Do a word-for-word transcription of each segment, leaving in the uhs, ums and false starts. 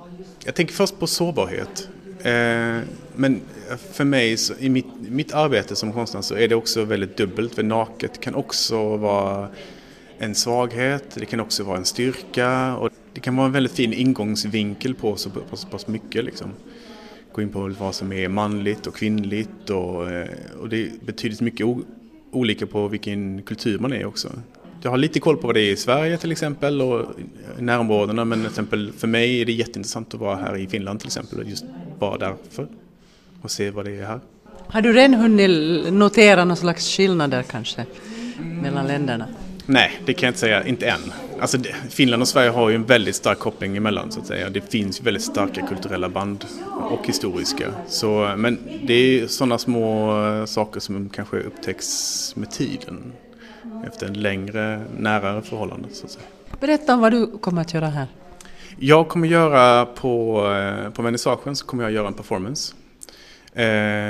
Jag tänker först på sårbarhet. Eh, men för mig, så, i mitt, mitt arbete som konstnär, så är det också väldigt dubbelt. För naket kan också vara en svaghet, det kan också vara en styrka. Och det kan vara en väldigt fin ingångsvinkel på så pass, pass mycket. Liksom. Gå in på vad som är manligt och kvinnligt. Och, och det betyder mycket o, olika på vilken kultur man är också. Jag har lite koll på vad det är i Sverige till exempel och närområdena, men till exempel för mig är det jätteintressant att vara här i Finland till exempel och just vara därför och se vad det är här. Har du redan hunnit notera någon slags skillnader kanske mellan länderna? Nej, det kan jag inte säga, inte än. Alltså, Finland och Sverige har ju en väldigt stark koppling emellan så att säga. Det finns ju väldigt starka kulturella band och historiska. Så, men det är sådana små saker som kanske upptäcks med tiden. Efter en längre, närare förhållande så att säga. Berätta om vad du kommer att göra här. Jag kommer göra på, på vernissagen så kommer jag göra en performance. Eh,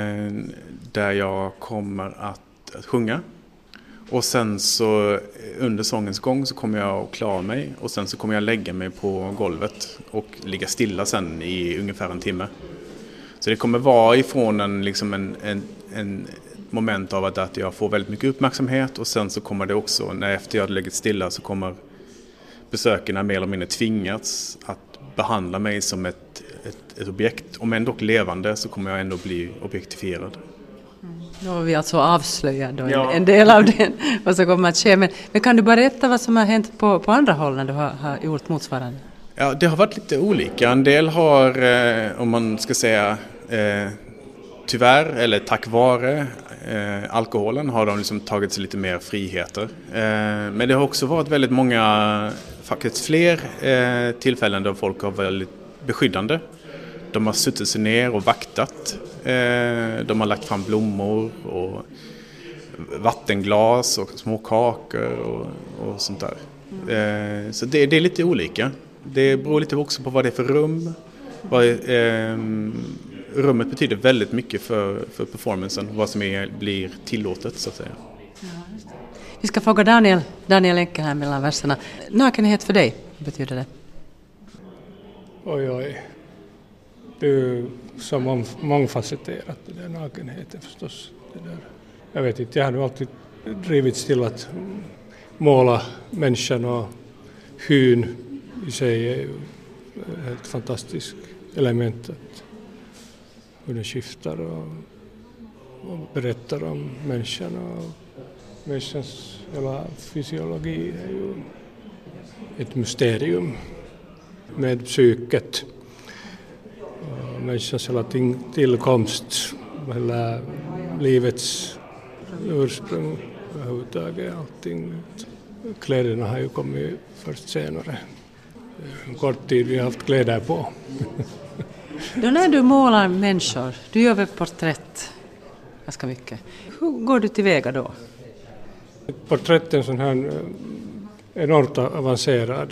där jag kommer att, att sjunga. Och sen så under sångens gång så kommer jag att klara mig. Och sen så kommer jag lägga mig på golvet och ligga stilla sen i ungefär en timme. Så det kommer vara ifrån en, liksom en, en, en moment av att, att jag får väldigt mycket uppmärksamhet. Och sen så kommer det också, när efter jag har legat stilla så kommer besökarna mer eller mindre tvingats att behandla mig som ett, ett, ett objekt. Om ändå levande så kommer jag ändå bli objektifierad. Nu har vi alltså avslöjat ja. en del av det, vad som kommer att ske. Men, men kan du berätta vad som har hänt på, på andra håll när du har, har gjort motsvarande? Ja, det har varit lite olika. En del har, eh, om man ska säga eh, tyvärr eller tack vare eh, alkoholen har de liksom tagit sig lite mer friheter. Eh, men det har också varit väldigt många, faktiskt fler eh, tillfällen där folk har varit väldigt beskyddande. De har suttit sig ner och vaktat. Eh, de har lagt fram blommor och vattenglas och små kakor och, och sånt där. Eh, så det, det är lite olika. Det beror lite också på vad det är för rum. Vad, eh, rummet betyder väldigt mycket för, för performancen. Vad som är, blir tillåtet så att säga. Ja, vi ska fråga Daniel, Daniel Enke här mellan verserna. Nakenhet för dig, vad betyder det? Oj, oj. Det är ju så mång, mångfacetterat, det där nakenheten förstås. Det där. Jag vet inte, jag har alltid drivits till att måla människan och hyn i sig är ju ett fantastiskt element. Att hur den skiftar och, och berättar om människan och människans hela fysiologi är ju ett mysterium med psyket. Människans hela tillkomst, hela livets ursprung, överhuvudtaget allting. Kläderna har ju kommit först senare. En kort tid vi har haft kläder på. Då när du målar människor, du gör väl porträtt ganska mycket. Hur går du tillväga då? Porträtt är en sån här enormt avancerad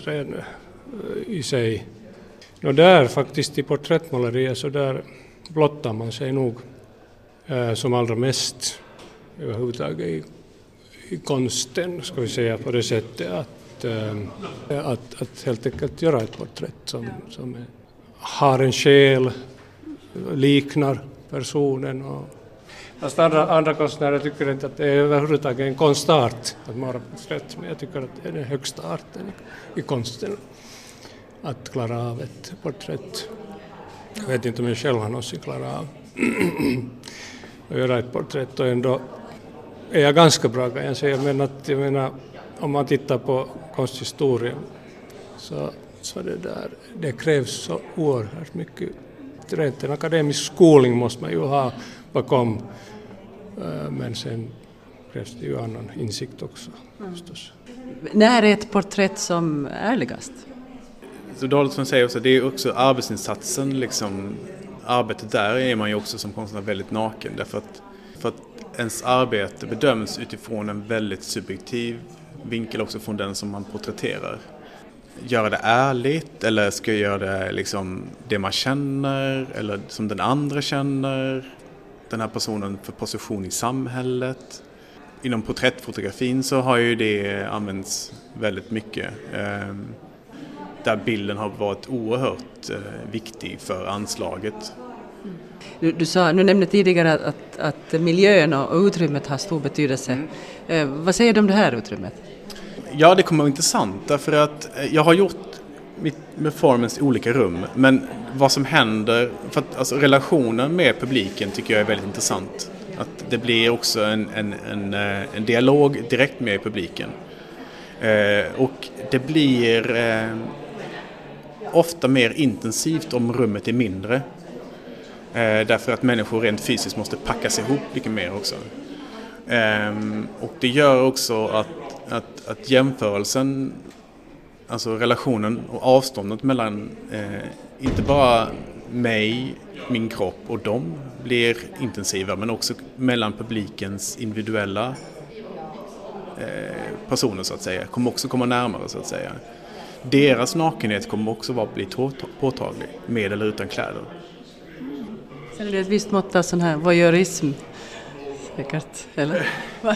i sig. Och där faktiskt i porträttmåleriet så där blottar man sig nog eh, som allra mest överhuvudtaget i, i konsten, ska vi säga, på det sättet att, eh, att, att helt enkelt göra ett porträtt som, som är, har en själ, liknar personen. Och, fast andra, andra konstnärer tycker inte att det är överhuvudtaget en konstart att måla porträtt, men jag tycker att det är den högsta arten i, i konsten. Att klara av ett porträtt. Jag vet inte om jag själv har någonsin klarat av att göra ett porträtt och ändå är jag ganska bra kan jag säga. Men att, jag menar, om man tittar på konsthistorien så, så det, där, det krävs så oerhört mycket. Rent en akademisk skolning måste man ju ha bakom, men sen krävs det ju annan insikt också. Förstås. När är ett porträtt som ärligast? Så Dahlsson säger också, det är också arbetsinsatsen, liksom, arbetet där är man ju också som konstnär väldigt naken. Därför att, för att ens arbete bedöms utifrån en väldigt subjektiv vinkel också från den som man porträtterar. Göra det ärligt eller ska jag göra det liksom det man känner eller som den andra känner. Den här personen för position i samhället. Inom porträttfotografin så har ju det använts väldigt mycket. där bilden har varit oerhört eh, viktig för anslaget. Du, du, sa, du nämnde tidigare att, att, att miljön och utrymmet har stor betydelse. Mm. Eh, vad säger du om det här utrymmet? Ja, det kommer vara intressant därför att jag har gjort mitt performance i olika rum, men vad som händer, för att, alltså, relationen med publiken tycker jag är väldigt intressant. Att det blir också en, en, en, en dialog direkt med publiken. Eh, och det blir eh, ofta mer intensivt om rummet är mindre. Eh, därför att människor rent fysiskt måste packas ihop mycket mer också. Eh, och det gör också att, att, att jämförelsen, alltså relationen och avståndet mellan eh, inte bara mig, min kropp och dem blir intensiva, men också mellan publikens individuella eh, personer så att säga kommer också komma närmare så att säga. Deras nakenhet kommer också vara bli påtaglig med eller utan kläder. Sen är det ett visst mått av sån här voyeurism säkert, eller?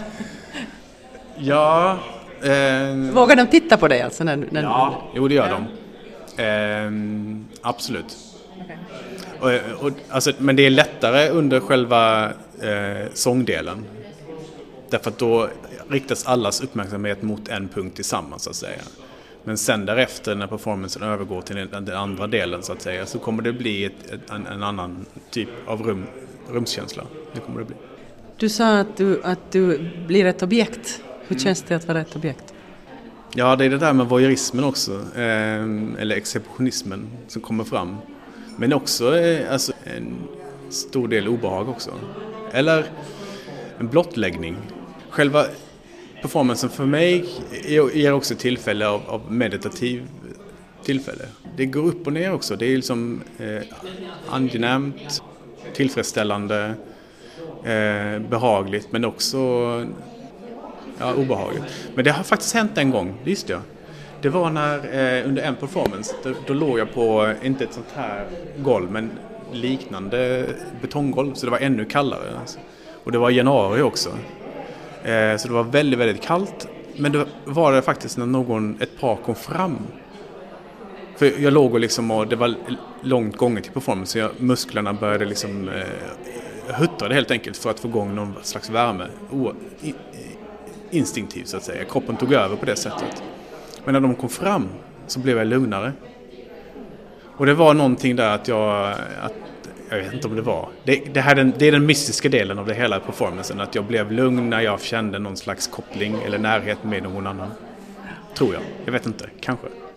Ja. Eh, Vågar de titta på dig alltså? När, när ja, jo det gör de. Eh, absolut. Okay. Och, och, alltså, men det är lättare under själva eh, sångdelen. Därför att då riktas allas uppmärksamhet mot en punkt tillsammans så att säga. Men sen därefter när performancen övergår till den, den andra delen så att säga, så kommer det bli ett, ett, en, en annan typ av rum, rumskänsla. Det kommer det bli. Du sa att du, att du blir ett objekt. Hur känns det att vara ett objekt? Ja, det är det där med voyeurismen också. Eh, eller exhibitionismen som kommer fram. Men också eh, alltså, en stor del obehag också. Eller en blottläggning. Själva performancen för mig ger också tillfälle av, av meditativ tillfälle. Det går upp och ner också. Det är liksom eh, angenämt, tillfredsställande, eh, behagligt men också ja, obehagligt. Men det har faktiskt hänt en gång, visste jag. Det var när eh, under en performance, då, då låg jag på, inte ett sånt här golv, men liknande betonggolv, så det var ännu kallare. Alltså. Och det var januari också. Eh, så det var väldigt, väldigt kallt. Men det var det faktiskt när någon, ett par kom fram. För jag låg och liksom, och det var långt gånget till performance, så jag, musklerna började liksom eh, huttrade helt enkelt för att få igång någon slags värme. O, i, instinktivt så att säga. Kroppen tog över på det sättet. Men när de kom fram så blev jag lugnare. Och det var någonting där att jag, att, jag vet inte om det var. Det, det, här är den, det är den mystiska delen av det hela performancen. Att jag blev lugn när jag kände någon slags koppling eller närhet med någon annan. Tror jag. Jag vet inte. Kanske.